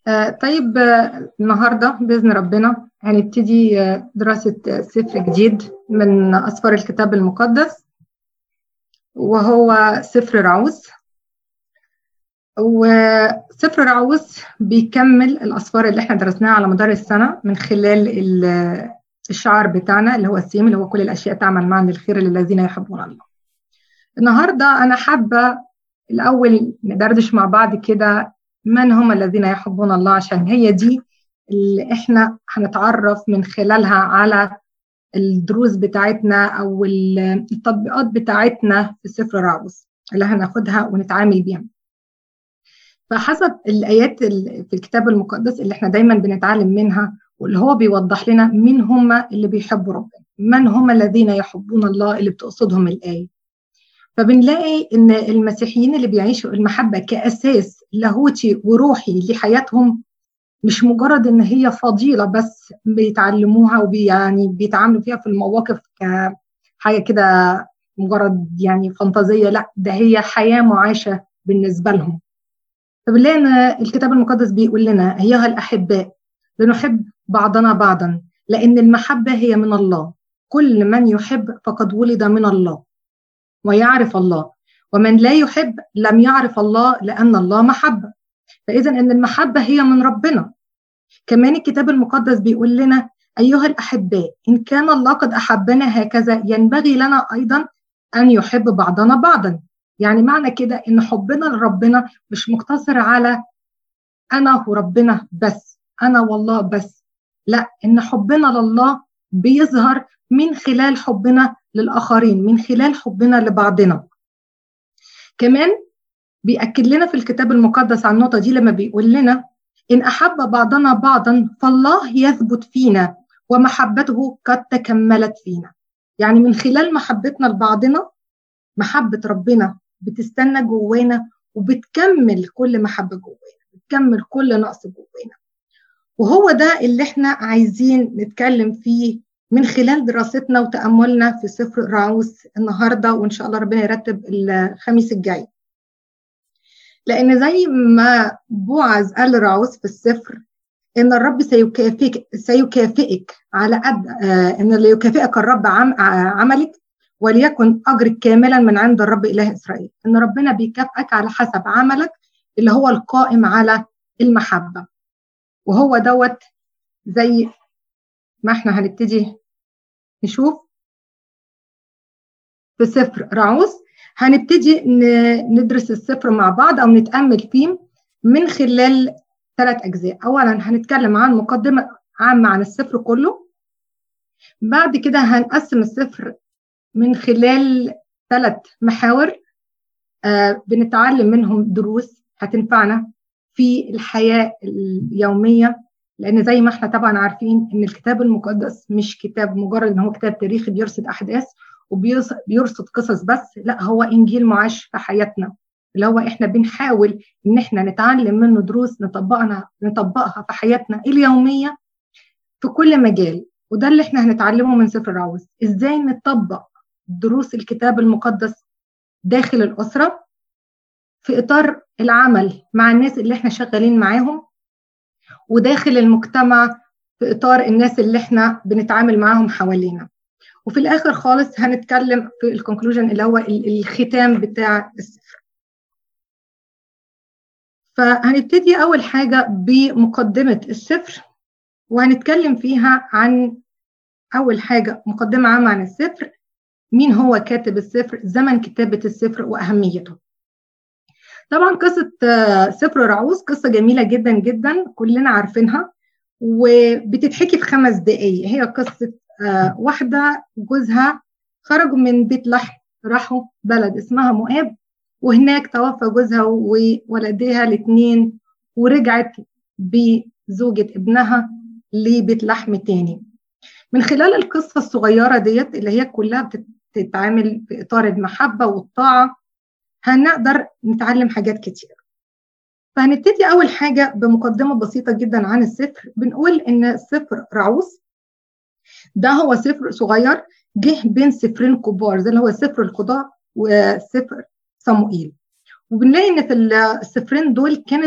طيب، النهاردة بإذن ربنا هنبتدي دراسة سفر جديد من أسفار الكتاب المقدس، وهو سفر رعوز. وسفر رعوز بيكمل الأسفار اللي احنا درسناها على مدار السنة من خلال الشعار بتاعنا اللي هو السيم، اللي هو كل الأشياء تعمل معا للخير للذين يحبون الله. النهاردة أنا حابة الأول ندردش مع بعض كده من هم الذين يحبون الله، عشان هي دي اللي احنا هنتعرف من خلالها على الدروس بتاعتنا او التطبيقات بتاعتنا في سفر رعوز اللي هناخدها ونتعامل بيها. فحسب الآيات في الكتاب المقدس اللي احنا دايما بنتعلم منها، واللي هو بيوضح لنا مين هم اللي بيحبوا ربنا، من هم الذين يحبون الله اللي بتقصدهم الآية. فبنلاقي ان المسيحيين اللي بيعيشوا المحبة كأساس لاهوتي وروحي لحياتهم، مش مجرد ان هي فضيلة بس بيتعلموها بيتعاملوا فيها في المواقف كحاجة كده مجرد فانتازية، لا، ده هي حياة معاشة بالنسبة لهم. فبنلاقي ان الكتاب المقدس بيقول لنا: ايها الأحباء لنحب بعضنا بعضا لأن المحبة هي من الله، كل من يحب فقد ولد من الله ويعرف الله، ومن لا يحب لم يعرف الله لأن الله محبة. فإذا أن المحبة هي من ربنا. كمان الكتاب المقدس بيقول لنا: أيها الأحباء إن كان الله قد أحبنا هكذا ينبغي لنا أيضا أن يحب بعضنا بعضا. يعني معنى كده إن حبنا لربنا مش مقتصر على أنا وربنا بس، أنا والله بس، لا، إن حبنا لله بيظهر من خلال حبنا للآخرين، من خلال حبنا لبعضنا. كمان بيأكد لنا في الكتاب المقدس عن النقطة دي لما بيقول لنا: إن أحب بعضنا بعضا فالله يثبت فينا ومحبته قد تكملت فينا. يعني من خلال محبتنا لبعضنا، محبة ربنا بتستنى جوانا وبتكمل كل محبة جوانا، بتكمل كل نقص جوانا. وهو ده اللي احنا عايزين نتكلم فيه من خلال دراستنا وتأملنا في سفر رعوز النهاردة، وإن شاء الله ربنا يرتب الخميس الجاي. لأن زي ما بوعز قال لرعوز في السفر إن الرب سيكافئك على قد إن اللي يكافئك الرب عملك، وليكن أجرك كاملا من عند الرب إله إسرائيل. إن ربنا بيكافئك على حسب عملك اللي هو القائم على المحبة. وهو دوت زي ما احنا هنبتدي نشوف في سفر رعوز. هنبتدي ندرس السفر مع بعض أو نتأمل فيه من خلال 3 أجزاء. أولا هنتكلم عن مقدمة عامة عن السفر كله. بعد كده هنقسم السفر من خلال 3 محاور بنتعلم منهم دروس هتنفعنا في الحياة اليومية. لأن زي ما احنا طبعا عارفين إن الكتاب المقدس مش كتاب مجرد إن هو كتاب تاريخي بيرصد أحداث وبيرصد قصص بس، لا، هو إنجيل معاش في حياتنا، اللي هو إحنا بنحاول إن إحنا نتعلم منه دروس نطبقها في حياتنا اليومية في كل مجال. وده اللي إحنا هنتعلمه من سفر رعوز، إزاي نطبق دروس الكتاب المقدس داخل الأسرة، في إطار العمل مع الناس اللي إحنا شغالين معاهم، وداخل المجتمع في إطار الناس اللي إحنا بنتعامل معاهم حوالينا. وفي الآخر خالص هنتكلم في الكونكلوجن اللي هو الختام بتاع السفر. فهنبتدي أول حاجة بمقدمة السفر، وهنتكلم فيها عن أول حاجة مقدمة عامة عن السفر، مين هو كاتب السفر، زمن كتابة السفر وأهميته. طبعا قصة سفر رعوز قصة جميلة جدا جدا كلنا عارفينها، وبتتحكي في 5 دقايق. هي قصة واحدة جوزها خرجوا من بيت لحم، راحوا بلد اسمها مؤاب، وهناك توفى جوزها وولديها ال2، ورجعت بزوجة ابنها لبيت لحم تاني. من خلال القصة الصغيرة ديت اللي هي كلها بتتعامل في إطار المحبة والطاعة، هنقدر نتعلم حاجات كتير. فهنبتدي أول حاجة بمقدمة بسيطة جدا عن السفر. بنقول إن سفر رعوز ده هو سفر صغير جه بين سفرين كبار، زي اللي هو سفر القضاء وسفر صموئيل. وبنلاقي إن في السفرين دول كانت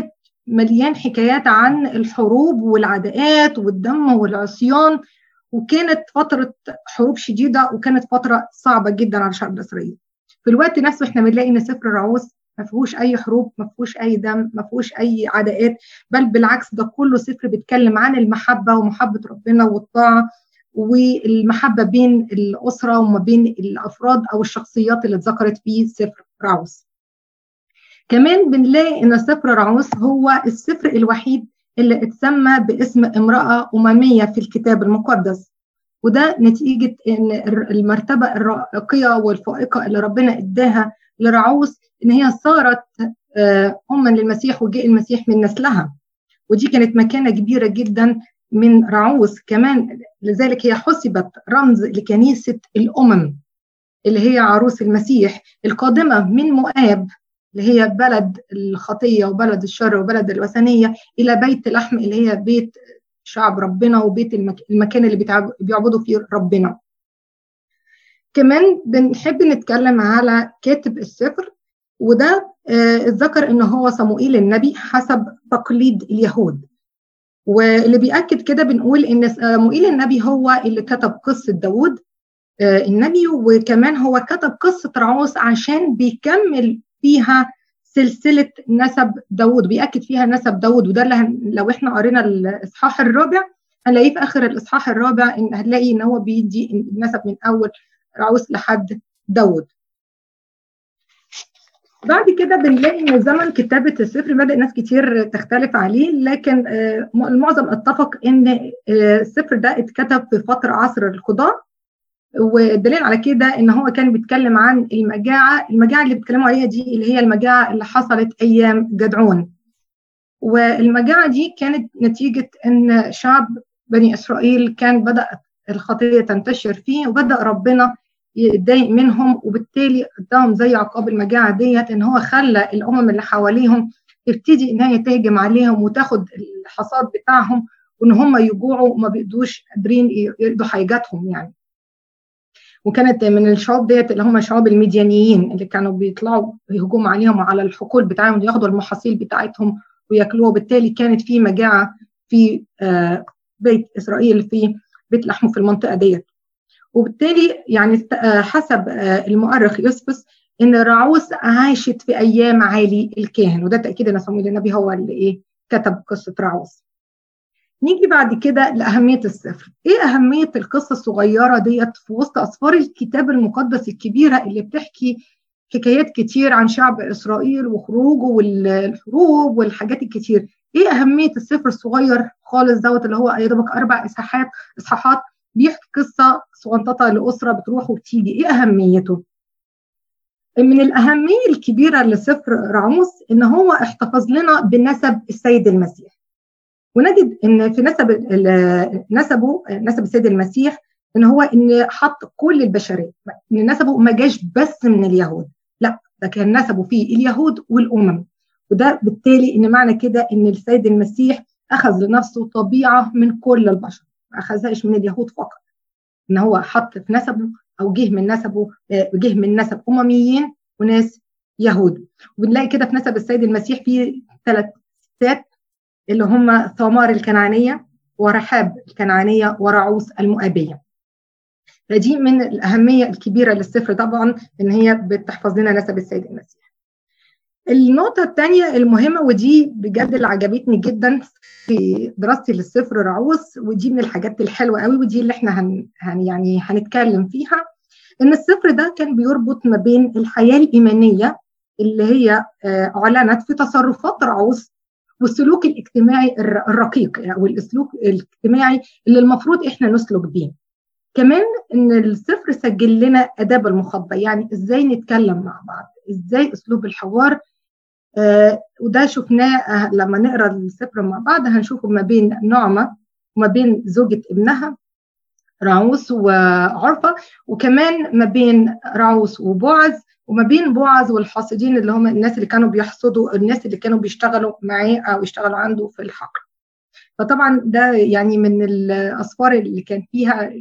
مليان حكايات عن الحروب والعداءات والدم والعصيان، وكانت فترة حروب شديدة، وكانت فترة صعبة جدا على الشعب الإسرائيلي. في الوقت نفسه احنا بنلاقي ان سفر الرعوز ما فيهوش اي حروب، ما فيهوش اي دم، ما فيهوش اي عداءات، بل بالعكس ده كله سفر بيتكلم عن المحبة ومحبة ربنا والطاعة والمحبة بين الأسرة وما بين الأفراد أو الشخصيات اللي اتذكرت في سفر رعوز. كمان بنلاقي ان سفر رعوز هو السفر الوحيد اللي اتسمى باسم امرأة أممية في الكتاب المقدس، وده نتيجة ان المرتبة الراقية والفائقة اللي ربنا اداها لرعوز، ان هي صارت أما للمسيح وجاء المسيح من نسلها، ودي كانت مكانة كبيرة جدا من رعوز كمان. لذلك هي حسبت رمز لكنيسة الأمم اللي هي عروس المسيح القادمة من مؤاب، اللي هي بلد الخطية وبلد الشر وبلد الوثنية، إلى بيت لحم اللي هي بيت شعب ربنا وبيت المكان اللي بيعبدوا فيه ربنا. كمان بنحب نتكلم على كاتب السفر، وده اتذكر إنه هو صموئيل النبي حسب تقليد اليهود، واللي بيأكد كده بنقول إن صموئيل النبي هو اللي كتب قصة داود النبي، وكمان هو كتب قصة رعوز عشان بيكمل فيها سلسلة نسب داود، بيأكد فيها نسب داود. وده اللي لو احنا قرينا الإصحاح الرابع هنلاقيه في آخر الإصحاح الرابع، إن هنلاقي إن هو بيدي النسب من أول رعوز لحد داود. بعد كده بنلاقي إن زمن كتابة السفر بدأ ناس كتير تختلف عليه، لكن المعظم اتفق إن السفر ده اتكتب في فترة عصر القضاء، والدليل على كده ان هو كان بيتكلم عن المجاعه اللي بيتكلموا عليها دي اللي هي المجاعه اللي حصلت ايام جدعون. والمجاعه دي كانت نتيجه ان شعب بني اسرائيل كان بدات الخطيه تنتشر فيه، وبدا ربنا يتضايق منهم، وبالتالي اداهم زي عقاب المجاعه ديت ان هو خلى الامم اللي حواليهم تبتدي ان هي تهجم عليهم وتاخد الحصاد بتاعهم، وان هم يجوعوا وما بيقدوش قادرين يقضوا حاجاتهم يعني. وكانت من الشعوب ديت اللي هم شعوب المديانيين اللي كانوا بيطلعوا يهجموا عليهم وعلى الحقول بتاعهم وياخدوا المحاصيل بتاعتهم وياكلوها، وبالتالي كانت في مجاعه في بيت اسرائيل في بيت لحم في المنطقه ديت. وبالتالي يعني حسب المؤرخ يوسفس ان رعوز عاشت في ايام عالي الكاهن، وده تاكيد ان صموئيل النبي هو اللي كتب قصه رعوز. نيجي بعد كده لأهمية السفر. إيه أهمية القصة الصغيرة ديت في وسط أسفار الكتاب المقدس الكبيرة اللي بتحكي حكايات كتير عن شعب إسرائيل وخروجه والحروب والحاجات الكتير؟ إيه أهمية السفر الصغير خالص دوت اللي هو يا دوبك 4 إصحاحات بيحكي قصة صغنططة لأسرة بتروح وبتيجي؟ إيه أهميته؟ من الأهمية الكبيرة لسفر رعوز إن هو احتفظ لنا بنسب السيد المسيح، ونجد ان في نسب السيد المسيح ان هو ان حط كل البشريه، ان نسبه ما جاش بس من اليهود، لا ده كان نسبه فيه اليهود والامم. وده بالتالي ان معنى كده ان السيد المسيح اخذ لنفسه طبيعه من كل البشر، ما اخذهاش من اليهود فقط، ان هو حط في نسبه او جه من نسب امميين وناس يهود. وبنلاقي كده في نسب السيد المسيح في 3 ستات اللي هم ثمار الكنعانية ورحاب الكنعانية ورعوز المؤابية. فدي من الأهمية الكبيرة للسفر طبعا إن هي بتحفظ لنا نسب السيد المسيح. النقطة الثانية المهمة ودي بجد اللي عجبتني جدا في دراستي للسفر رعوز، ودي من الحاجات الحلوة قوي ودي اللي احنا هنتكلم فيها، إن السفر ده كان بيربط ما بين الحياة الإيمانية اللي هي أعلنت في تصرفات رعوز والسلوك الاجتماعي الرقيق او الاسلوب الاجتماعي اللي المفروض احنا نسلك بيه. كمان ان السفر سجل لنا اداب المخاطبه، يعني ازاي نتكلم مع بعض، ازاي اسلوب الحوار. وده شفناه لما نقرا السفر مع بعض، هنشوفه ما بين نعمه وما بين زوجة ابنها رعوز وعرفة، وكمان ما بين رعوز وبوعز، وما بين بوعز والحاصدين اللي هم الناس اللي كانوا بيحصدوا الناس اللي كانوا بيشتغلوا معاه او يشتغلوا عنده في الحقل. فطبعا ده يعني من الاسفار اللي كان فيها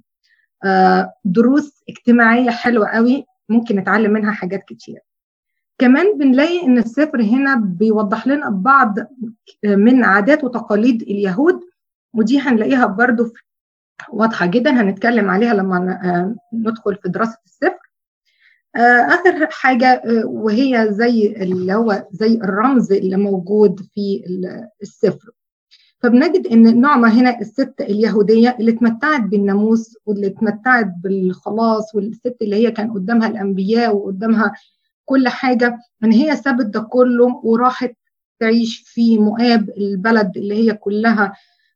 دروس اجتماعيه حلوه قوي ممكن نتعلم منها حاجات كتير. كمان بنلاقي ان السفر هنا بيوضح لنا بعض من عادات وتقاليد اليهود، ودي هنلاقيها برضو واضحة جدا، هنتكلم عليها لما ندخل في دراسة السفر. آخر حاجة وهي زي اللي هو زي الرمز اللي موجود في السفر. فبنجد ان نعمة هنا الست اليهودية اللي اتمتعت بالناموس واللي اتمتعت بالخلاص، والست اللي هي كان قدامها الانبياء وقدامها كل حاجة، ان هي سابت ده كله وراحت تعيش في مؤاب، البلد اللي هي كلها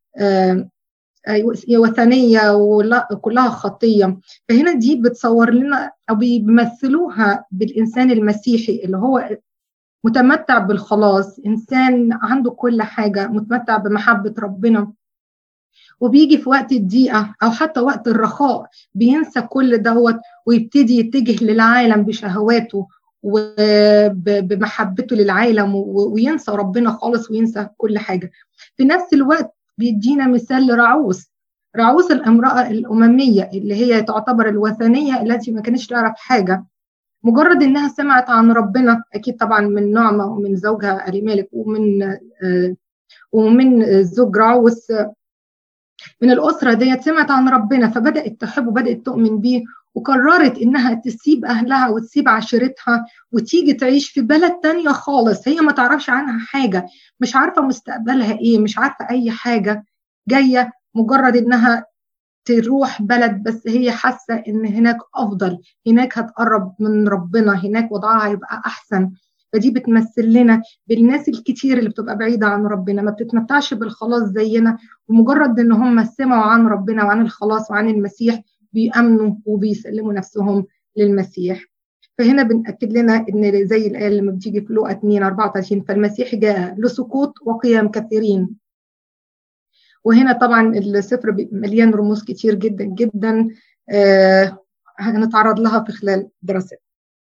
وثنية وكلها خطية. فهنا دي بتصور لنا أو بيمثلوها بالإنسان المسيحي اللي هو متمتع بالخلاص، إنسان عنده كل حاجة، متمتع بمحبة ربنا، وبيجي في وقت الضيقة أو حتى وقت الرخاء بينسى كل دوت ويبتدي يتجه للعالم بشهواته وبمحبته للعالم وينسى ربنا خالص وينسى كل حاجة. في نفس الوقت بيدينا مثال لرعوس الامرأة الأممية اللي هي تعتبر الوثنية التي ما كانتش تعرف حاجة، مجرد إنها سمعت عن ربنا، أكيد طبعا من نعمة ومن زوجها أليميلك ومن زوج رعوس من الأسرة ديت، سمعت عن ربنا فبدأت تحبه وبدأت تؤمن بيه، وقررت إنها تسيب أهلها وتسيب عشيرتها وتيجي تعيش في بلد تانية خالص هي ما تعرفش عنها حاجة، مش عارفة مستقبلها إيه، مش عارفة أي حاجة، جاية مجرد إنها تروح بلد بس هي حاسة إن هناك أفضل، هناك هتقرب من ربنا، هناك وضعها هيبقى أحسن. فدي بتمثل لنا بالناس الكتير اللي بتبقى بعيدة عن ربنا، ما بتتمتعش بالخلاص زينا، ومجرد إن هم سمعوا عن ربنا وعن الخلاص وعن المسيح بيأمنوا وبيسلموا نفسهم للمسيح. فهنا بنأكد لنا إن زي الآية اللي بتيجي في لوقا 2:34 فالمسيح جاء لسقوط وقيام كثيرين. وهنا طبعا السفر مليان رموز كتير جدا جدا هنتعرض لها في خلال دراسات.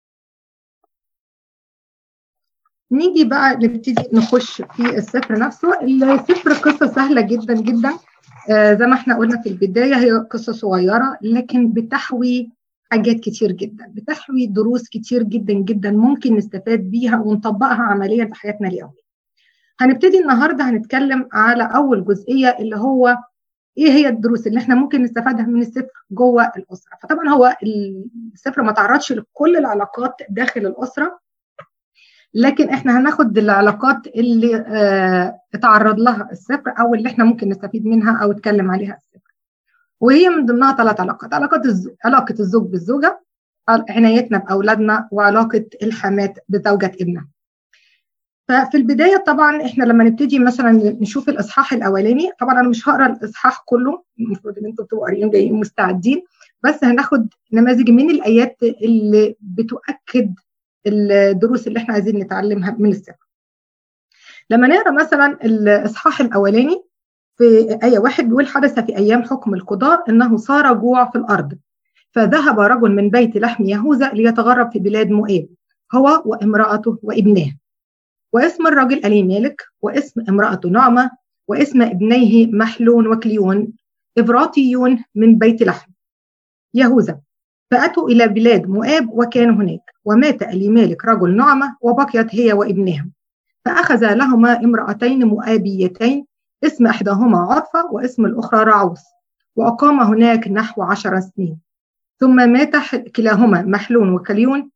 نيجي بقى نبتدي نخش في السفر نفسه. السفر قصة سهلة جدا جدا، زي ما احنا قلنا في البداية هي قصة صغيرة لكن بتحوي حاجات كتير جدا، بتحوي دروس كتير جدا جدا ممكن نستفاد بيها ونطبقها عمليا في حياتنا اليومية. هنبتدي النهاردة هنتكلم على أول جزئية اللي هو إيه هي الدروس اللي احنا ممكن نستفادها من السفر جوه الأسرة. فطبعا هو السفر ما تعرضش لكل العلاقات داخل الأسرة، لكن احنا هناخد العلاقات اللي اتعرض لها السفر أو اللي احنا ممكن نستفيد منها أو اتكلم عليها السفر. وهي من ضمنها 3 علاقات: علاقة الزوج بالزوجة، عنايتنا بأولادنا، وعلاقة الحماة بزوجة ابنها. ففي البداية طبعا احنا لما نبتدي مثلا نشوف الإصحاح الأولاني، طبعا أنا مش هقرأ الإصحاح كله، المفروض إن أنتوا تبقوا قاريين جايين مستعدين، بس هناخد نماذج من الآيات اللي بتؤكد الدروس اللي احنا عايزين نتعلمها من السفر. لما نقرأ مثلا الإصحاح الأولاني في آية 1 بيقول: حدث في أيام حكم القضاء أنه صار جوع في الأرض، فذهب رجل من بيت لحم يهوذا ليتغرب في بلاد مؤاب، هو وامرأته وابناه. واسم الرجل أليميلك، واسم امرأته نعمة، واسم ابنيه محلون وكليون، إبراطيون من بيت لحم يهوذا. فأتوا إلى بلاد مؤاب وكانوا هناك. ومات أليميلك رجل نعمة وبقيت هي وابنها، فأخذ لهما امرأتين مؤابيتين، اسم إحداهما عرفة واسم الأخرى رعوس، وأقام هناك نحو 10 سنين. ثم مات كلاهما محلون وكليون،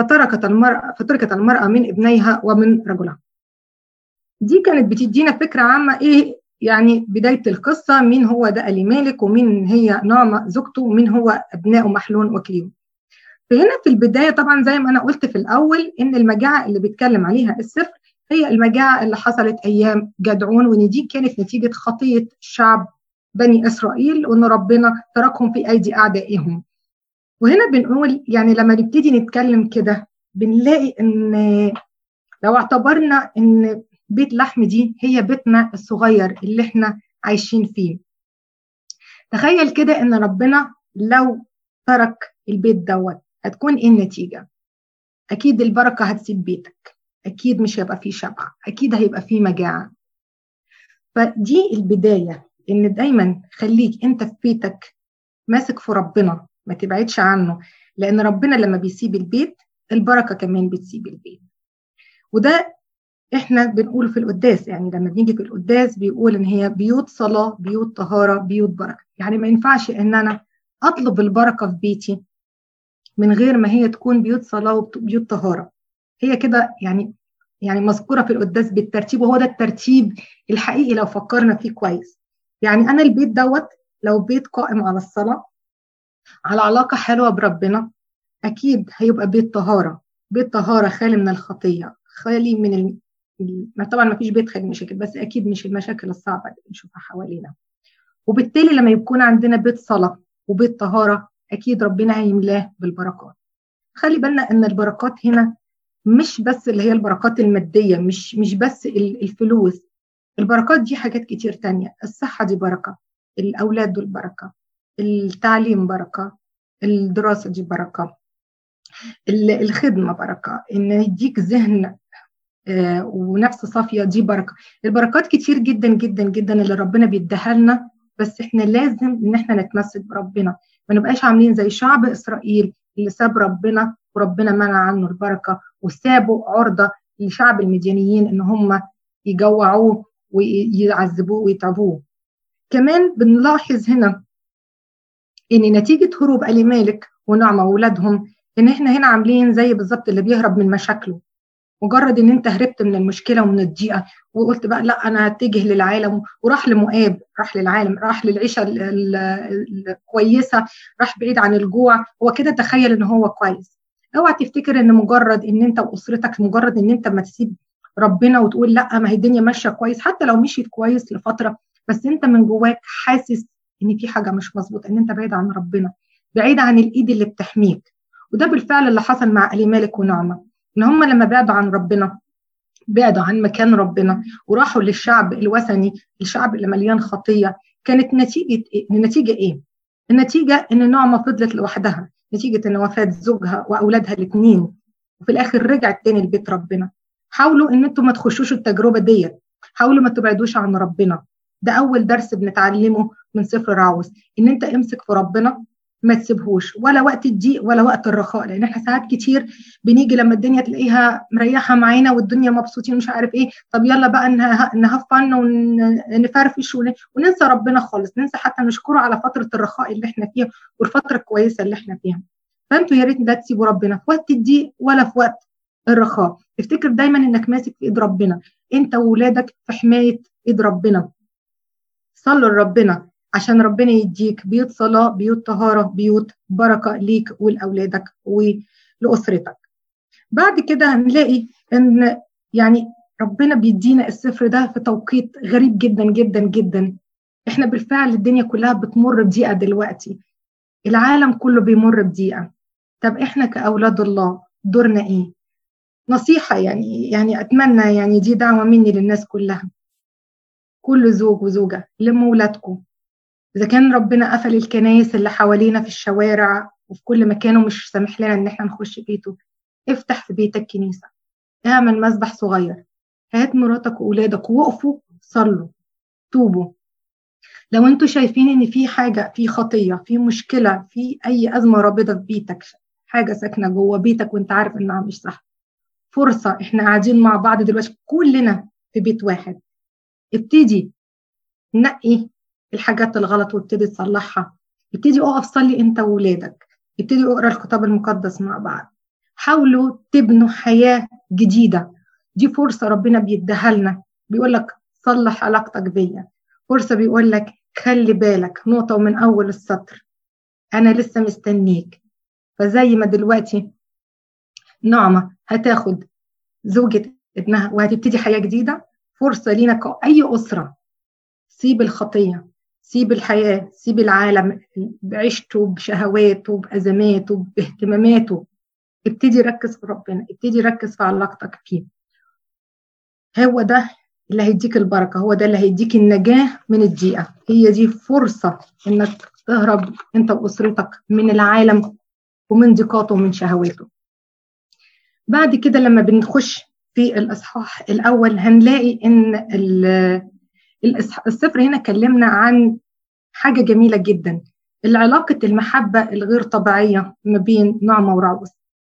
فتركت المرأة من ابنيها ومن رجلها. دي كانت بتدينا فكرة عامة ايه يعني بداية القصة، مين هو ده أليميلك ومين هي نعمة زوجته ومين هو أبنائه محلون وكليون. فهنا في البداية طبعا زي ما أنا قلت في الأول إن المجاعة اللي بيتكلم عليها السفر هي المجاعة اللي حصلت أيام جدعون، وإن دي كانت نتيجة خطية شعب بني إسرائيل وإن ربنا تركهم في أيدي أعدائهم. وهنا بنقول يعني لما نبتدي نتكلم كده بنلاقي إن لو اعتبرنا إن بيت لحم دي هي بيتنا الصغير اللي احنا عايشين فيه، تخيل كده إن ربنا لو ترك البيت دوت هتكون إيه النتيجة؟ أكيد البركة هتسيب بيتك، أكيد مش هيبقى فيه شبع، أكيد هيبقى فيه مجاعة. فدي البداية، إن دايما خليك أنت في بيتك ماسك في ربنا، ما تبعدش عنه، لأن ربنا لما بيسيب البيت البركة كمان بتسيب البيت. وده احنا بنقوله في القداس. يعني لما بنيجي في القداس بيقول ان هي بيوت صلاة، بيوت طهارة، بيوت بركة. يعني ما ينفعش ان انا اطلب البركة في بيتي من غير ما هي تكون بيوت صلاة وبيوت طهارة. هي كده يعني مذكورة في القداس بالترتيب، وهو ده الترتيب الحقيقي لو فكرنا فيه كويس. يعني انا البيت دوت لو بيت قائم على الصلاة، على علاقة حلوة بربنا، اكيد هيبقى بيت طهارة. بيت طهارة خالي من الخطية، خالي من طبعا ما فيش بيت خالي من مشاكل، بس اكيد مش المشاكل الصعبة اللي بنشوفها حوالينا. وبالتالي لما يكون عندنا بيت صلاة وبيت طهارة، اكيد ربنا هيملاه بالبركات. خلي بالنا ان البركات هنا مش بس اللي هي البركات المادية، مش بس الفلوس. البركات دي حاجات كتير تانية. الصحة دي بركة، الأولاد دول بركة، التعليم بركة، الدراسة دي بركة، الخدمة بركة، إن يديك ذهن ونفس صافية دي بركة. البركات كتير جدا جدا جدا اللي ربنا بيديها لنا، بس احنا لازم ان احنا نتمسك بربنا، ما نبقاش عاملين زي شعب إسرائيل اللي ساب ربنا وربنا منع عنه البركة، وسابوا عرضة لشعب المديانيين ان هم يجوعوه ويعذبوه ويتعبوه. كمان بنلاحظ هنا ان نتيجة هروب آل مالك ونعمة واولادهم، ان احنا هنا عاملين زي بالظبط اللي بيهرب من مشاكله. مجرد ان انت هربت من المشكله ومن الضيقه وقلت بقى لا انا هتجه للعالم، وراح لمؤاب، راح للعالم، راح للعيشه الكويسه، راح بعيد عن الجوع، هو كده تخيل ان هو كويس. اوعى تفتكر ان مجرد ان انت واسرتك، مجرد ان انت ما تسيب ربنا وتقول لا ما هي الدنيا ماشيه كويس، حتى لو مشيت كويس لفتره، بس انت من جواك حاسس ان في حاجه مش مظبوطه، ان انت بعيد عن ربنا، بعيد عن الايد اللي بتحميك. وده بالفعل اللي حصل مع آل مالك ونعمه، ان هم لما بعدوا عن ربنا، بعدوا عن مكان ربنا وراحوا للشعب الوثني، الشعب اللي مليان خطيه. كانت النتيجه ايه؟ النتيجه ان نعمه فضلت لوحدها، نتيجه ان وفاه زوجها واولادها الاثنين، وفي الاخر رجعت تاني لبيت ربنا. حاولوا ان انتم ما تخشوش التجربه ديت، حاولوا ما تبعدوش عن ربنا. ده اول درس بنتعلمه من سفر راعوث، ان انت امسك في ربنا، ما تسيبهوش ولا وقت الضيق ولا وقت الرخاء. لان احنا ساعات كتير بنيجي لما الدنيا تلاقيها مريحه معانا والدنيا مبسوطين مش عارف ايه، طب يلا بقى نهفن ونفرفش وننسى ربنا خالص، ننسى حتى نشكره على فتره الرخاء اللي احنا فيها والفتره الكويسه اللي احنا فيها. فانتوا يا ريت لا تسيبوا ربنا في وقت الضيق ولا في وقت الرخاء. افتكر دايما انك ماسك في ايد ربنا، انت واولادك في حمايه ايد ربنا. صلوا لربنا عشان ربنا يديك بيوت صلاة، بيوت طهارة، بيوت بركة ليك ولأولادك ولأسرتك. بعد كده هنلاقي ان يعني ربنا بيدينا السفر ده في توقيت غريب جدا جدا جدا. احنا بالفعل الدنيا كلها بتمر بضيقة دلوقتي، العالم كله بيمر بضيقة. طب احنا كأولاد الله دورنا ايه؟ نصيحة يعني اتمنى، يعني دي دعوة مني للناس كلها، كل زوج وزوجة لموا ولادكم. إذا كان ربنا قفل الكنايس اللي حوالينا في الشوارع وفي كل مكان ومش سامح لنا إن احنا نخش بيته، افتح في بيتك كنيسة، اعمل مسبح صغير، هات مراتك وأولادك ووقفوا صلوا، توبوا. لو انتوا شايفين إن في حاجة، في خطية، في مشكلة، في أي أزمة رابطة في بيتك، حاجة ساكنة جوه بيتك وانت عارف إنها مش صح، فرصة. احنا قاعدين مع بعض دلوقتي كلنا في بيت واحد، ابتدي نقي الحاجات الغلط وابتدي تصلحها. ابتدي اقف صلي انت وولادك، ابتدي اقرا الكتاب المقدس مع بعض، حاولوا تبنوا حياة جديدة. دي فرصة ربنا بيديها لنا، بيقول لك صلح علاقتك بيا. فرصة بيقول لك خلي بالك نقطة ومن أول السطر، أنا لسه مستنيك. فزي ما دلوقتي نعمة هتاخد زوجة ابنها وهتبتدي حياة جديدة، فرصة لينا كأي أسرة. سيب الخطية، سيب الحياة، سيب العالم بعيشته بشهواته بأزماته باهتماماته، ابتدي ركز في ربنا، ابتدي ركز في علاقتك فيه. هو ده اللي هيديك البركة، هو ده اللي هيديك النجاة من الضيقة. هي دي فرصة انك تهرب انت وأسرتك من العالم ومن ضيقاته ومن شهواته. بعد كده لما بنخش في الإصحاح الأول هنلاقي إن السفر هنا كلمنا عن حاجة جميلة جدا، العلاقة المحبة الغير طبيعية ما بين نعمة وراعوث.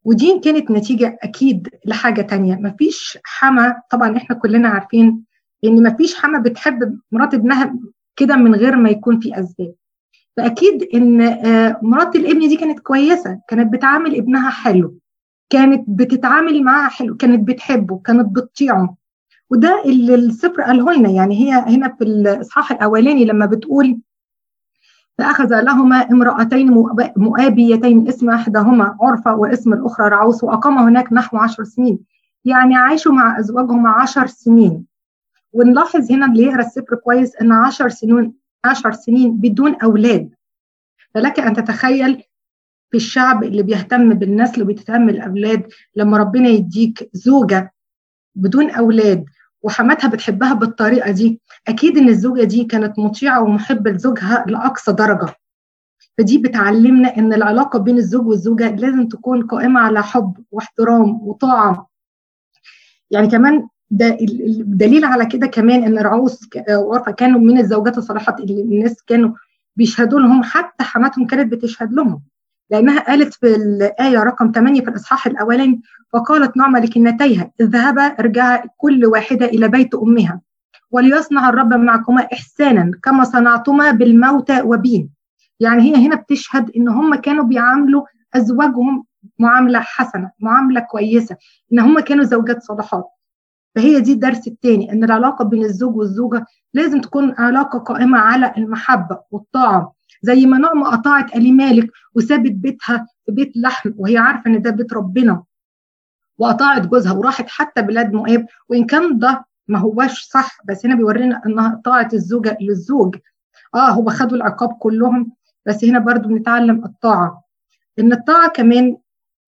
ودي كانت نتيجة أكيد لحاجة تانية. مفيش حما، طبعا إحنا كلنا عارفين إن مفيش حما بتحب مرات ابنها كده من غير ما يكون في أسباب. فأكيد إن مرات الابن دي كانت كويسة، كانت بتعامل ابنها حلو، كانت بتتعامل معاه حلو، كانت بتحبه، كانت بتطيعه. وده اللي السفر قاله لنا. يعني هي هنا في الإصحاح الأولاني لما بتقول فأخذ لهما امرأتين مؤابيتين، اسم إحداهما عرفة واسم الأخرى رعوس، وأقام هناك نحو 10 سنين. يعني عاشوا مع أزواجهم 10 سنين. ونلاحظ هنا اللي يقرأ السفر كويس إن 10 سنين، 10 سنين بدون أولاد. فلك أن تتخيل في الشعب اللي بيهتم بالنسل وبيهتم بالأولاد، لما ربنا يديك زوجة بدون أولاد وحماتها بتحبها بالطريقة دي، أكيد إن الزوجة دي كانت مطيعة ومحبة لزوجها لأقصى درجة. فدي بتعلمنا إن العلاقة بين الزوج والزوجة لازم تكون قائمة على حب واحترام وطاعة. يعني كمان ده الدليل على كده كمان إن رعوس وعرفة كانوا من الزوجات الصالحات اللي الناس كانوا بيشهدوا لهم، حتى حماتهم كانت بتشهد لهم، لأنها قالت في الآية رقم 8 في الإصحاح الأولاني فقالت نعمة لكنتيها اذهبا ارجعا كل واحدة إلى بيت أمها وليصنع الرب معكما إحسانا كما صنعتما بالموتى وبين. يعني هي هنا بتشهد إن هم كانوا بيعاملوا أزواجهم معاملة حسنة، معاملة كويسة، إن هم كانوا زوجات صالحات. فهي دي الدرس الثاني، إن العلاقة بين الزوج والزوجة لازم تكون علاقة قائمة على المحبة والطاعة. زي ما نعمة أطاعت ألي مالك وسابت بيتها في بيت لحم وهي عارفة إن ده بيت ربنا، وأطاعت جوزها وراحت حتى بلاد مؤاب، وإن كان ده ما هواش صح، بس هنا بيورينا إنها طاعت الزوجة للزوج. هو خدوا العقاب كلهم، بس هنا برضو بنتعلم الطاعة. إن الطاعة كمان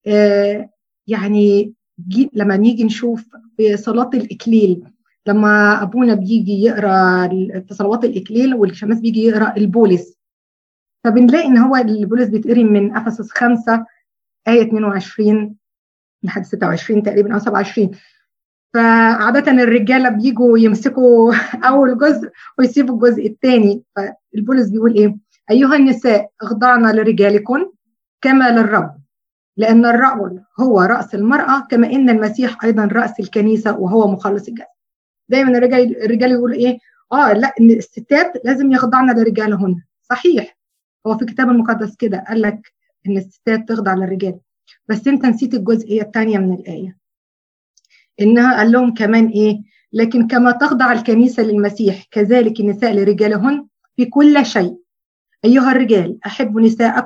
يعني لما نيجي نشوف في صلاة الإكليل، لما أبونا بيجي يقرأ في صلوات الإكليل والشماس بيجي يقرأ البولس، فبنلاقي إن هو البولس بيتقري من أفسس 5 آية 22 لحد 26 تقريبا أو 27. فعادة الرجالة بيجوا يمسكوا أول جزء ويسيبوا الجزء الثاني. فالبولس بيقول إيه؟ أيها النساء اخضعن لرجالكن كما للرب، لأن الرجل هو رأس المرأة كما إن المسيح أيضا رأس الكنيسة وهو مخلص الجسد. دايما الرجال يقول إيه؟ لا، إن الستات لازم يخضعن لرجالهن. صحيح، هو في الكتاب المقدس كده قال لك إن الستات تخضع للرجال، بس أنت نسيت الجزئية الثانية من الآية، إنها قال لهم كمان إيه؟ لكن كما تخضع الكنيسة للمسيح كذلك النساء لرجالهن في كل شيء. أيها الرجال أحبوا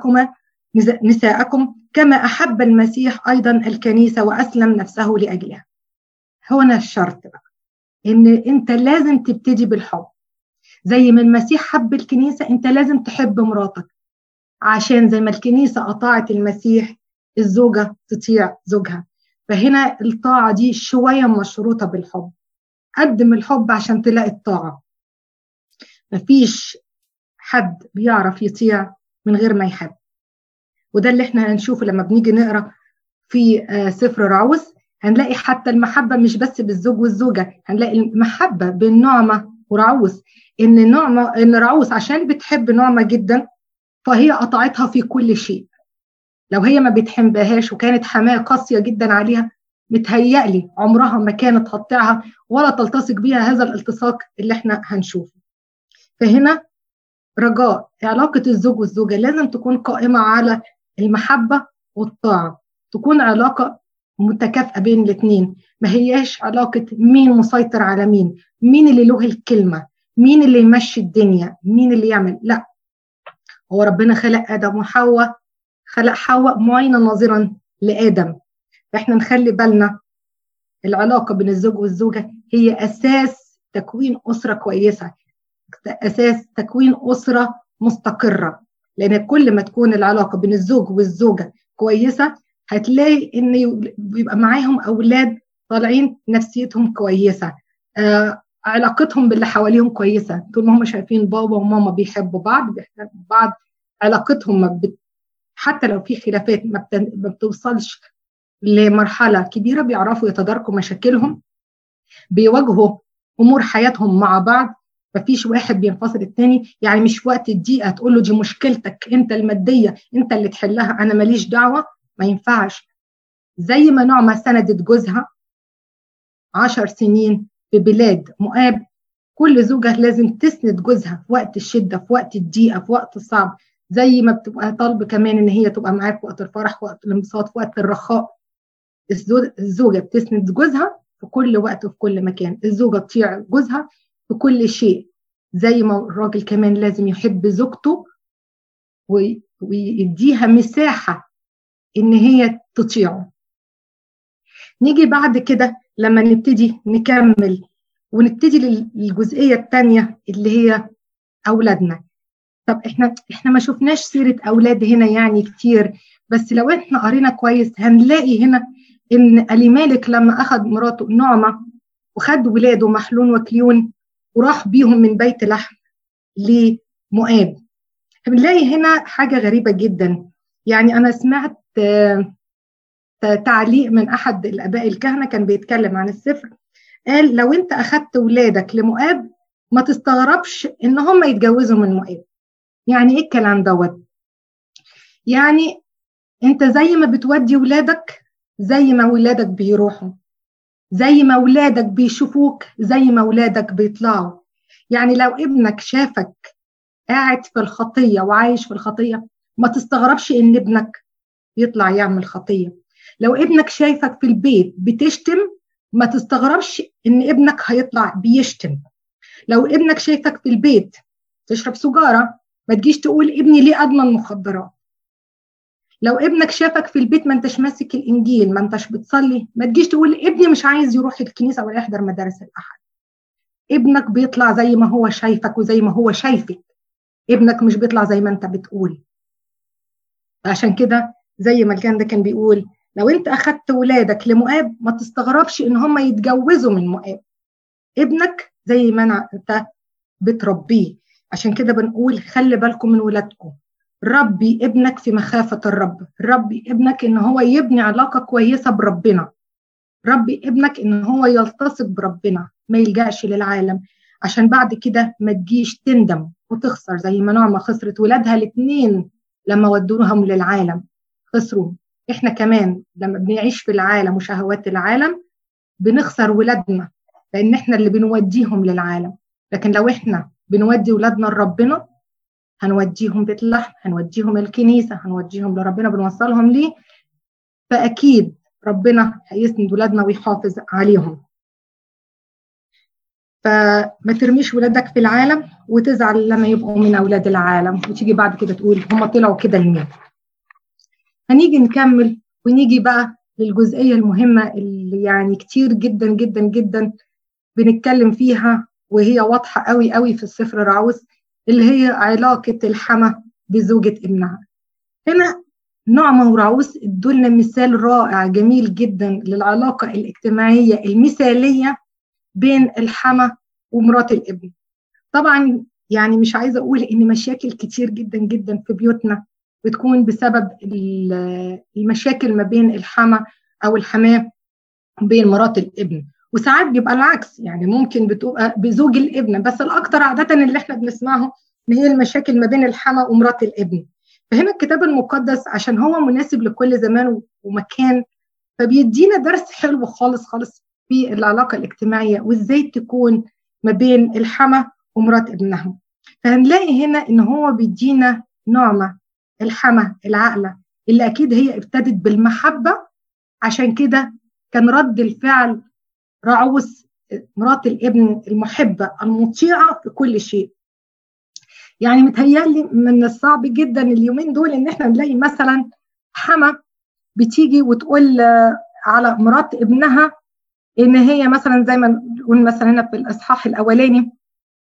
نساءكم كما أحب المسيح أيضا الكنيسة وأسلم نفسه لأجلها. هنا الشرط بقى، إن أنت لازم تبتدي بالحب. زي ما المسيح حب الكنيسة، أنت لازم تحب مراتك، عشان زي ما الكنيسة أطاعت المسيح الزوجة تطيع زوجها. فهنا الطاعة دي شوية مشروطة بالحب. قدم الحب عشان تلاقي الطاعة. مفيش حد بيعرف يطيع من غير ما يحب. وده اللي احنا هنشوفه لما بنيجي نقرأ في سفر رعوس. هنلاقي حتى المحبة مش بس بالزوج والزوجة، هنلاقي المحبة بين نعمة ورعوس. إن رعوس عشان بتحب نعمة جدا فهي قطعتها في كل شيء. لو هي ما بتحبهاش وكانت حماة قاسية جدا عليها، متهيألي عمرها ما كانت هتطيعها ولا تلتصق بيها هذا الالتصاق اللي احنا هنشوفه. فهنا رجاء علاقة الزوج والزوجة لازم تكون قائمة على المحبة والطاعة، تكون علاقة متكافئة بين الاثنين، ما هياش علاقة مين مسيطر على مين اللي له الكلمة، مين اللي يمشي الدنيا، مين اللي يعمل. لا، هو ربنا خلق آدم وحواء، خلق حواء معينة ناظرا لآدم. فإحنا نخلي بالنا العلاقة بين الزوج والزوجة هي أساس تكوين أسرة كويسة، أساس تكوين أسرة مستقرة. لأن كل ما تكون العلاقة بين الزوج والزوجة كويسة، هتلاقي إن بيبقى معاهم أولاد طالعين نفسيتهم كويسة، علاقتهم باللي حواليهم كويسة. طول ما هم شايفين بابا وماما بيحبوا بعض، بيحبوا بعض، علاقتهم حتى لو في خلافات ما بتوصلش لمرحلة كبيرة، بيعرفوا يتداركوا مشاكلهم، بيواجهوا أمور حياتهم مع بعض. مفيش واحد بينفصل التاني. يعني مش وقت الدقيقة تقول له دي مشكلتك انت المادية انت اللي تحلها، انا ماليش دعوة. ما ينفعش. زي ما نعمة سندت جوزها 10 سنين في بلاد مؤاب، كل زوجة لازم تسند جوزها في وقت الشدة، في وقت الضيقة، في وقت الصعب، زي ما بتبقى طالبة كمان ان هي تبقى معاك في وقت الفرح، في وقت الانبساط، في وقت الرخاء. الزوجة بتسند جوزها في كل وقت وفي كل مكان. الزوجة تطيع جوزها في كل شيء، زي ما الراجل كمان لازم يحب زوجته ويديها مساحة ان هي تطيعه. نيجي بعد كده لما نبتدي نكمل ونبتدي للجزئية الثانية اللي هي أولادنا. طب احنا ما شفناش سيرة أولاد هنا يعني كتير، بس لو احنا قرينا كويس هنلاقي هنا إن أليمالك لما أخذ مراته نعمة وخد ولاده محلون وكليون وراح بيهم من بيت لحم لمؤاب، بنلاقي هنا حاجة غريبة جدا. يعني أنا سمعت تعليق من أحد الآباء الكهنة كان بيتكلم عن السفر، قال لو أنت أخدت ولادك لمؤاب ما تستغربش إن هم يتجوزوا من مؤاب. يعني إيه الكلام دوت؟ يعني أنت زي ما بتودي ولادك زي ما ولادك بيروحوا، زي ما ولادك بيشوفوك زي ما ولادك بيطلعوا. يعني لو ابنك شافك قاعد في الخطية وعايش في الخطية ما تستغربش إن ابنك يطلع يعمل خطية. لو ابنك شايفك في البيت بتشتم ما تستغربش إن ابنك هيطلع بيشتم. لو ابنك شايفك في البيت تشرب سجارة ما تجيش تقول ابني ليه أدمن مخدرات. لو ابنك شافك في البيت ما انتش ماسك الإنجيل، ما انتش بتصلي، ما تجيش تقول ابني مش عايز يروح الكنيسة ولا يحضر مدارس الأحد. ابنك بيطلع زي ما هو شايفك وزي ما هو شايفك، ابنك مش بيطلع زي ما انت بتقول. عشان كده زي ما الكلام ده كان بيقول لو انت اخدت ولادك لمؤاب ما تستغربش ان هم يتجوزوا من مؤاب. ابنك زي ما انت بتربيه. عشان كده بنقول خلي بالكم من ولادكم، ربي ابنك في مخافة الرب، ربي ابنك ان هو يبني علاقة كويسة بربنا، ربي ابنك ان هو يلتصق بربنا ما يلجأش للعالم، عشان بعد كده ما تجيش تندم وتخسر زي ما نعمة خسرت ولادها الاثنين لما ودوهم للعالم خسروا. احنا كمان لما بنعيش في العالم وشهوات العالم بنخسر ولادنا لان احنا اللي بنوديهم للعالم. لكن لو احنا بنودي ولادنا لربنا هنوديهم بيت لحم، هنوديهم الكنيسة، هنوديهم لربنا، بنوصلهم ليه، فأكيد ربنا هيسند ولادنا ويحافظ عليهم. فما ترميش ولادك في العالم وتزعل لما يبقوا من أولاد العالم وتيجي بعد كده تقول هم طلعوا كده لمين. هنيجي نكمل ونيجي بقى للجزئية المهمة اللي يعني كتير جدا جدا جدا بنتكلم فيها وهي واضحة قوي قوي في السفر رعوس، اللي هي علاقة الحما بزوجة ابنها. هنا نعمة ورعوس ادولنا مثال رائع جميل جدا للعلاقة الاجتماعية المثالية بين الحما ومرات الابن. طبعا يعني مش عايزة أقول إن مشاكل كتير جدا جدا في بيوتنا بتكون بسبب المشاكل ما بين الحما أو الحماه بين مرات الابن، وساعات بيبقى العكس، يعني ممكن بتبقى بزوج الابن، بس الأكتر عادة اللي احنا بنسمعه إن هي المشاكل ما بين الحما ومرات الابن. فهنا الكتاب المقدس عشان هو مناسب لكل زمان ومكان فبيدينا درس حلو خالص خالص في العلاقة الاجتماعية وإزاي تكون ما بين الحما ومرات ابنها. فهنلاقي هنا إن هو بيدينا نعمة الحما العاقلة اللي أكيد هي ابتدت بالمحبة، عشان كده كان رد الفعل رعوس مرات الابن المحبة المطيعة في كل شيء. يعني متهيألي من الصعب جدا اليومين دول إن احنا نلاقي مثلا حما بتيجي وتقول على مرات ابنها إن هي مثلا زي ما نقول مثلا هنا في الإصحاح الأولاني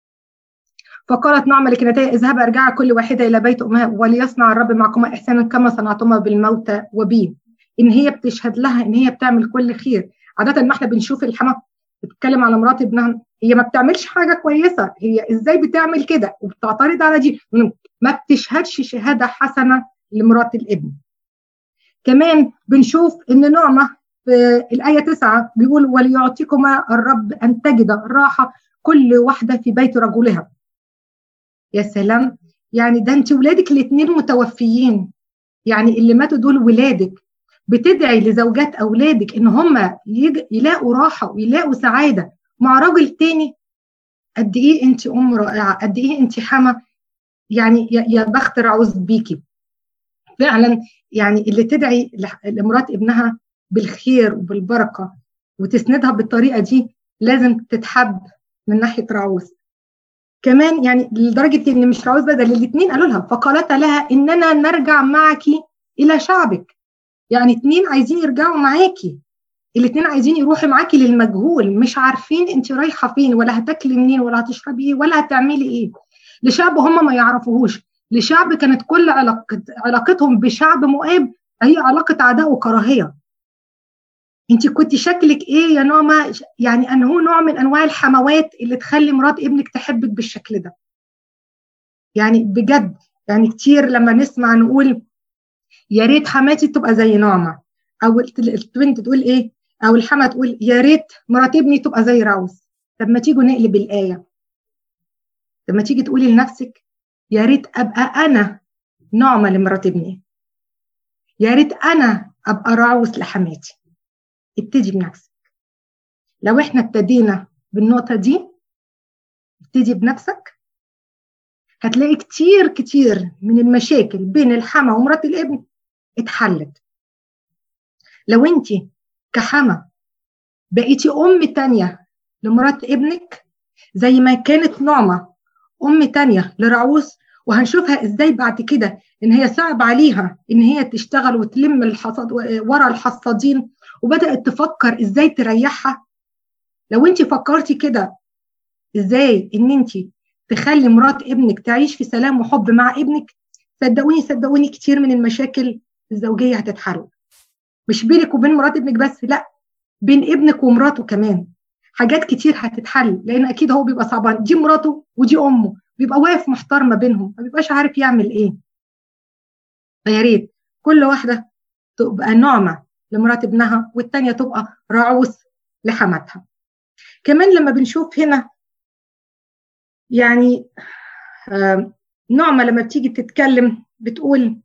فقالت نعمة لكنتي اذهبا ارجعا كل واحدة إلى بيت أمها وليصنع الرب معكما إحسانا كما صنعتما بالموتى وبي. إن هي بتشهد لها إن هي بتعمل كل خير. عادة ما احنا بنشوف الحما بتتكلم على مرات ابنها هي ما بتعملش حاجة كويسة، هي إزاي بتعمل كده وبتعترض على دي، ما بتشهدش شهادة حسنة لمرات الابن. كمان بنشوف إن نعمة في الآية 9 بيقول وليعطيكما الرب أن تجد راحة كل واحدة في بيت رجلها. يا سلام، يعني ده انت ولادك الاثنين متوفيين، يعني اللي ماتوا دول ولادك، بتدعي لزوجات اولادك ان هم يلاقوا راحه ويلاقوا سعاده مع راجل تاني، قد ايه انت ام رائعه، قد ايه انت حما. يعني يا بخت رعوز بيكي فعلا. يعني اللي تدعي لمرات ابنها بالخير وبالبركه وتسندها بالطريقه دي لازم تتحب من ناحيه رعوز. كمان يعني لدرجه ان مش رعوز بدل الاثنين قالوا لها، فقالت لها اننا نرجع معك الى شعبك. يعني اتنين عايزين يرجعوا معاكي، الاتنين عايزين يروحوا معاكي للمجهول، مش عارفين انت رايحه فين ولا هتاكلي منين ولا هتشربي ايه ولا هتعملي ايه، لشعب هم ما يعرفوهوش، لشعب كانت كل علاقتهم بشعب مؤاب هي علاقه عداء وكراهيه. انت كنت شكلك ايه يا نعمه؟ يعني انه نوع من انواع الحموات اللي تخلي مرات ابنك تحبك بالشكل ده. يعني بجد يعني كتير لما نسمع نقول يا ريت حماتي تبقى زي نعمه، او البنت تقول ايه، او الحما تقول يا ريت مرات ابني تبقى زي راوس. طب ما تيجوا نقلب الايه، طب ما تيجي تقولي لنفسك يا ريت ابقى انا نعمه لمرات ابني، يا ريت انا ابقى راوس لحماتي. ابتدي بنفسك. لو احنا ابتدينا بالنقطه دي، ابتدي بنفسك، هتلاقي كتير كتير من المشاكل بين الحما ومرات الابن اتحلت. لو انت كحما بقيتي ام تانية لمرات ابنك زي ما كانت نعمة ام تانية لرعوس، وهنشوفها ازاي بعد كده ان هي صعب عليها ان هي تشتغل وتلم الحصاد ورا الحصادين، وبدأت تفكر ازاي تريحها. لو انت فكرتي كده ازاي ان انت تخلي مرات ابنك تعيش في سلام وحب مع ابنك، صدقوني صدقوني كتير من المشاكل الزوجية هتتحل. مش بينك وبين مرات ابنك بس، لا، بين ابنك ومراته كمان. حاجات كتير هتتحل، لان اكيد هو بيبقى صعبان، دي مراته ودي امه، بيبقى واقف محتار ما بينهم، ما بيبقاش عارف يعمل ايه. فيا ريت كل واحده تبقى نعمه لمرات ابنها والتانيه تبقى رعوس لحماتها. كمان لما بنشوف هنا يعني نعمه لما بتيجي تتكلم بتقول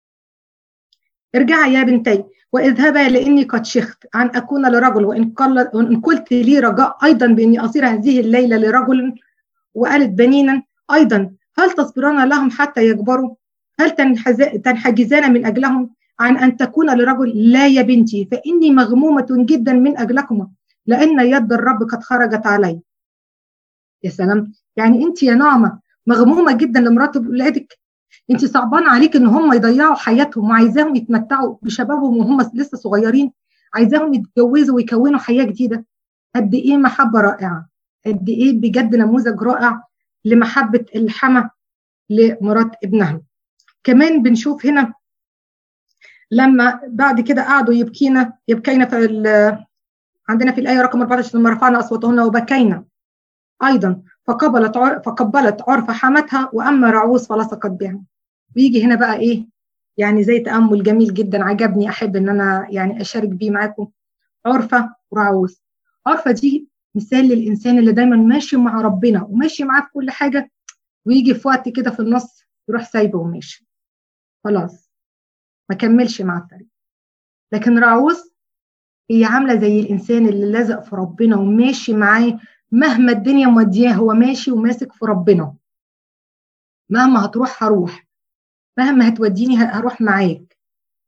ارجعي يا بنتي واذهبا لاني قد شخت عن اكون لرجل، وان قلت لي رجاء ايضا باني اصير هذه الليله لرجل وقالت بنينا ايضا، هل تصبران لهم حتى يكبروا؟ هل تنحجزان من اجلهم عن ان تكون لرجل؟ لا يا بنتي، فاني مغمومه جدا من اجلكما، لان يد الرب قد خرجت علي. يا سلام، يعني انت يا نعمه مغمومه جدا لمرات اولادك، انت صعبان عليك ان هم يضيعوا حياتهم وعايزاهم يتمتعوا بشبابهم وهم لسه صغيرين، عايزاهم يتجوزوا ويكونوا حياه جديده. قد ايه محبه رائعه، قد ايه بجد نموذج رائع لمحبه الحما لمرات ابنها. كمان بنشوف هنا لما بعد كده قعدوا يبكينا في عندنا في الايه رقم 14 لما رفعنا اصواتهن وبكينا ايضا فقبلت عرف حمتها واما رعوس فلصقت بها. ويجي هنا بقى ايه، يعني زي تامل جميل جدا عجبني، احب ان انا يعني اشارك بيه معاكم. عرفه ورعوس. عرفه دي مثال للانسان اللي دايما ماشي مع ربنا وماشي معاه في كل حاجه، ويجي في وقت كده في النص يروح سايبه وماشي خلاص، ما كملش مع الطريق. لكن رعوس هي عامله زي الانسان اللي لازق في ربنا وماشي معاه، مهما الدنيا مودياه هو ماشي وماسك في ربنا. مهما هتروح هروح، مهما هتوديني هروح معاك.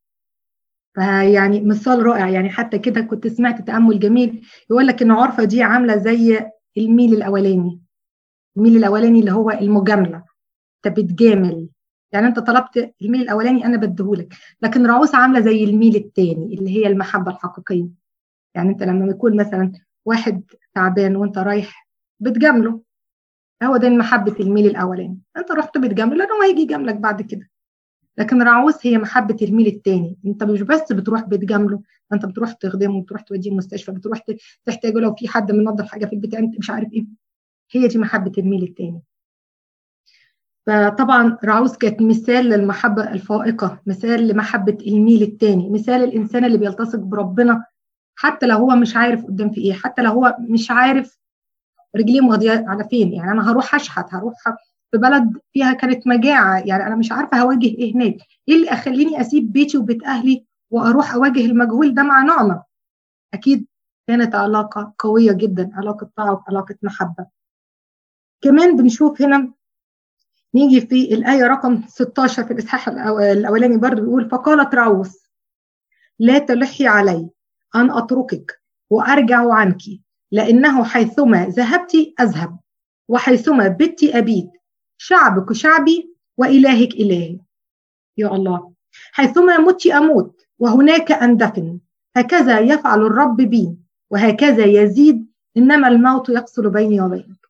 فيعني مثال رائع. يعني حتى كده كنت سمعت تأمل جميل يقول لك ان عرفة دي عاملة زي الميل الاولاني. الميل الاولاني اللي هو المجاملة، انت بتجامل، يعني انت طلبت الميل الاولاني انا بديهولك. لكن رعوسة عاملة زي الميل الثاني اللي هي المحبة الحقيقية. يعني انت لما يكون مثلا واحد تعبان وانت رايح بتجامله، هو ده محبة الميل الاولاني، انت رحت بتجامله لانه هو هيجي يجاملك بعد كده. لكن رعوس هي محبة الميل الثاني، انت مش بس بتروح بتجامله، انت بتروح تخدمه، بتروح توديه المستشفى، بتروح تحتاجه لو في حد منظف حاجة في البيت انت مش عارف ايه. هي دي محبة الميل الثاني. فطبعا رعوس كانت مثال للمحبة الفائقة، مثال لمحبة الميل الثاني، مثال الانسان اللي بيلتصق بربنا حتى لو هو مش عارف قدام في ايه، حتى لو هو مش عارف رجليه مغضيه على فين. يعني انا هروح اشحت، هروح في بلد فيها كانت مجاعه، يعني انا مش عارفه هواجه ايه هناك، ايه اللي اخليني اسيب بيتي وبيت اهلي واروح اواجه المجهول ده مع نعمة. اكيد كانت علاقة قوية جدا، علاقة طاعة وعلاقة محبة. كمان بنشوف هنا، نيجي في الآية رقم 16 في الإصحاح الأولاني برضه بيقول: فقالت راعوث: لا تلحي علي أن أتركك وأرجع عنك، لأنه حيثما ذهبت أذهب، وحيثما بت أبيت، شعبك شعبي وإلهك إلهي. يا الله، حيثما مت أموت وهناك أندفن، هكذا يفعل الرب بي وهكذا يزيد، إنما الموت يفصل بيني وبينك.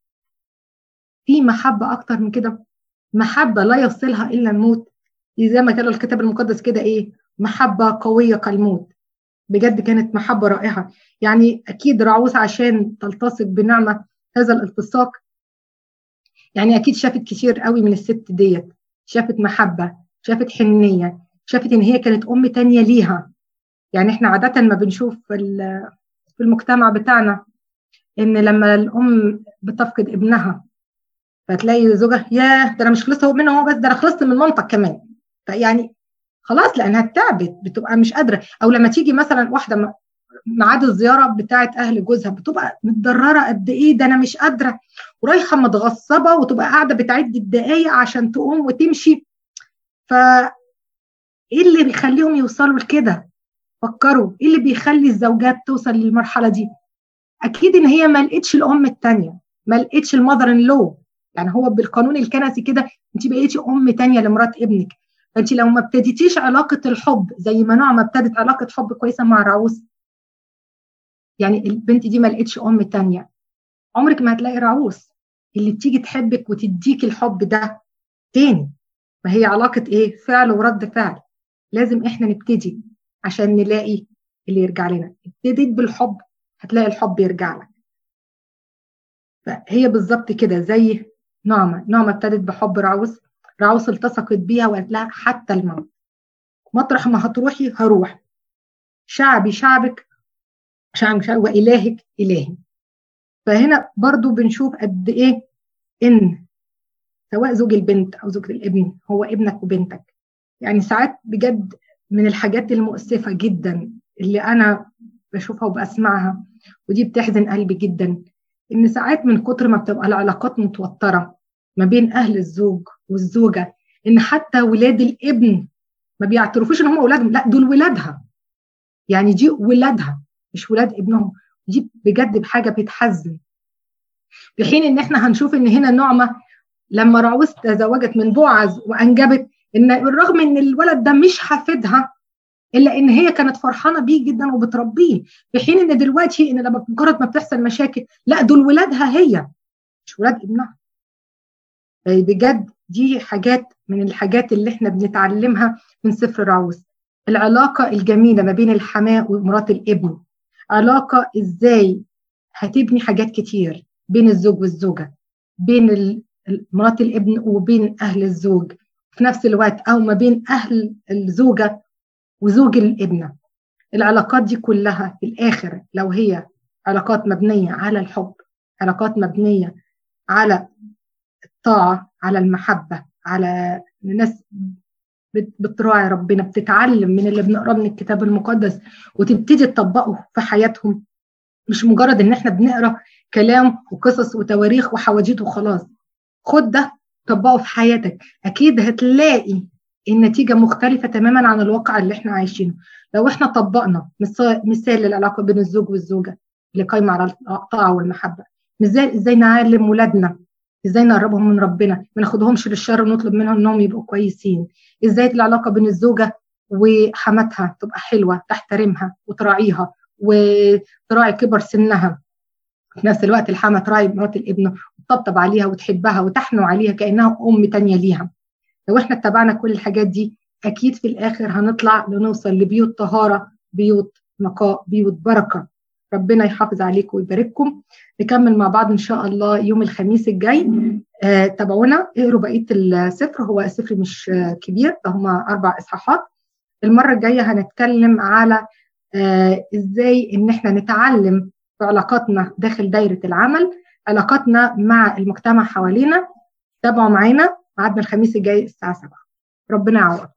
في محبة أكتر من كده؟ محبة لا يفصلها إلا الموت. زي ما قال الكتاب المقدس كده إيه؟ محبة قوية كالموت. بجد كانت محبة رائعة. يعني أكيد راعوث عشان تلتصق بنعمة هذا الالتصاق، يعني أكيد شافت كتير قوي من الست ديت، شافت محبة، شافت حنية، شافت إن هي كانت أم تانية ليها. يعني إحنا عادة ما بنشوف في المجتمع بتاعنا إن لما الأم بتفقد ابنها فتلاقي زوجها: ياه، ده أنا مش خلصت منه هو بس، ده أنا خلصت من مامتك كمان. فيعني خلاص، لأنها تعبت، بتبقى مش قادرة. أو لما تيجي مثلا واحدة ميعاد الزياره بتاعت اهل جوزها، بتبقى متضرره قد ايه، ده انا مش قادره، ورايحه متغصبه، وتبقى قاعده بتعد الدقايق عشان تقوم وتمشي. فايه اللي بيخليهم يوصلوا لكده؟ فكروا ايه اللي بيخلي الزوجات توصل للمرحله دي؟ اكيد ان هي ما لقتش الام الثانيه، ما لقتش المذر ان لو. يعني هو بالقانون الكنسي كده انت بقيتي ام ثانيه لمرات ابنك. فانت لو ما ابتديتيش علاقه الحب زي ما نعمه ابتدت علاقه حب كويسه مع راعوث، يعني البنت دي ما لقتش ام تانية، عمرك ما هتلاقي راعوث اللي بتيجي تحبك وتديك الحب ده تاني. ما هي علاقة ايه؟ فعل ورد فعل. لازم احنا نبتدي عشان نلاقي اللي يرجع لنا. ابتديت بالحب هتلاقي الحب يرجع لك. فهي بالظبط كده زي نعمة ابتدت بحب راعوث، راعوث التصقت بيها وقالت لها: حتى الموت، مطرح ما هتروحي هروح، شعبي شعبك، شعبي وإلهك إلهي. فهنا برضو بنشوف قد ايه ان سواء زوج البنت او زوج الابن هو ابنك وبنتك. يعني ساعات بجد من الحاجات المؤسفة جدا اللي انا بشوفها وبسمعها، ودي بتحزن قلبي جدا، ان ساعات من كتر ما بتبقى العلاقات متوترة ما بين اهل الزوج والزوجة، ان حتى ولاد الابن ما بيعترفوش ان هم اولادهم، لا دول ولادها، يعني دي ولادها مش ولاد ابنهم. دي بجد بحاجة بتحزن. في حين ان احنا هنشوف ان هنا نعمة لما راعوث تزوجت من بوعز وانجبت، ان بالرغم ان الولد ده مش حافدها الا ان هي كانت فرحانه بيه جدا وبتربيه. في حين ان دلوقتي ان لما مجرد ما بتحصل مشاكل، لا دول ولادها هي مش ولاد ابنها. بجد دي حاجات من الحاجات اللي احنا بنتعلمها من سفر راعوث. العلاقه الجميله ما بين الحماة ومرات الابن، علاقه ازاي هتبني حاجات كتير بين الزوج والزوجه، بين مرات الابن وبين أهل الزوج في نفس الوقت، أو ما بين أهل الزوجة وزوج الابنة. العلاقات دي كلها في الآخر لو هي علاقات مبنية على الحب، علاقات مبنية على الطاعة، على المحبة، على ناس بتراعي ربنا، بتتعلم من اللي بنقراه من الكتاب المقدس وتبتدي تطبقه في حياتهم، مش مجرد ان احنا بنقرا كلام وقصص وتواريخ وحواديت وخلاص. خد ده طبقه في حياتك، اكيد هتلاقي النتيجه مختلفه تماما عن الواقع اللي احنا عايشينه. لو احنا طبقنا مثال للعلاقه بين الزوج والزوجه اللي قايمه على الطاعه والمحبه، ازاي نعلم ولادنا، ازاي نقربهم من ربنا، ما ناخدهمش للشر ونطلب منهم انهم يبقوا كويسين، ازاي العلاقه بين الزوجه وحماتها تبقى حلوه، تحترمها وتراعيها وتراعي كبر سنها، في نفس الوقت الحما تراعي مرات الابن وتطبطب عليها وتحبها وتحنو عليها كأنها أم تانية ليها. لو احنا اتبعنا كل الحاجات دي أكيد في الآخر هنطلع لنوصل لبيوت طهارة، بيوت نقاء، بيوت بركة. ربنا يحافظ عليكم ويبارككم. نكمل مع بعض إن شاء الله يوم الخميس الجاي. تابعونا، اقروا بقية السفر، هو السفر مش كبير، هم 4 إصحاحات. المرة الجاية هنتكلم على ازاي ان احنا نتعلم في علاقاتنا داخل دايرة العمل، علاقاتنا مع المجتمع حوالينا. تابعوا معانا، ميعادنا الخميس الجاي الساعة 7. ربنا يعوض.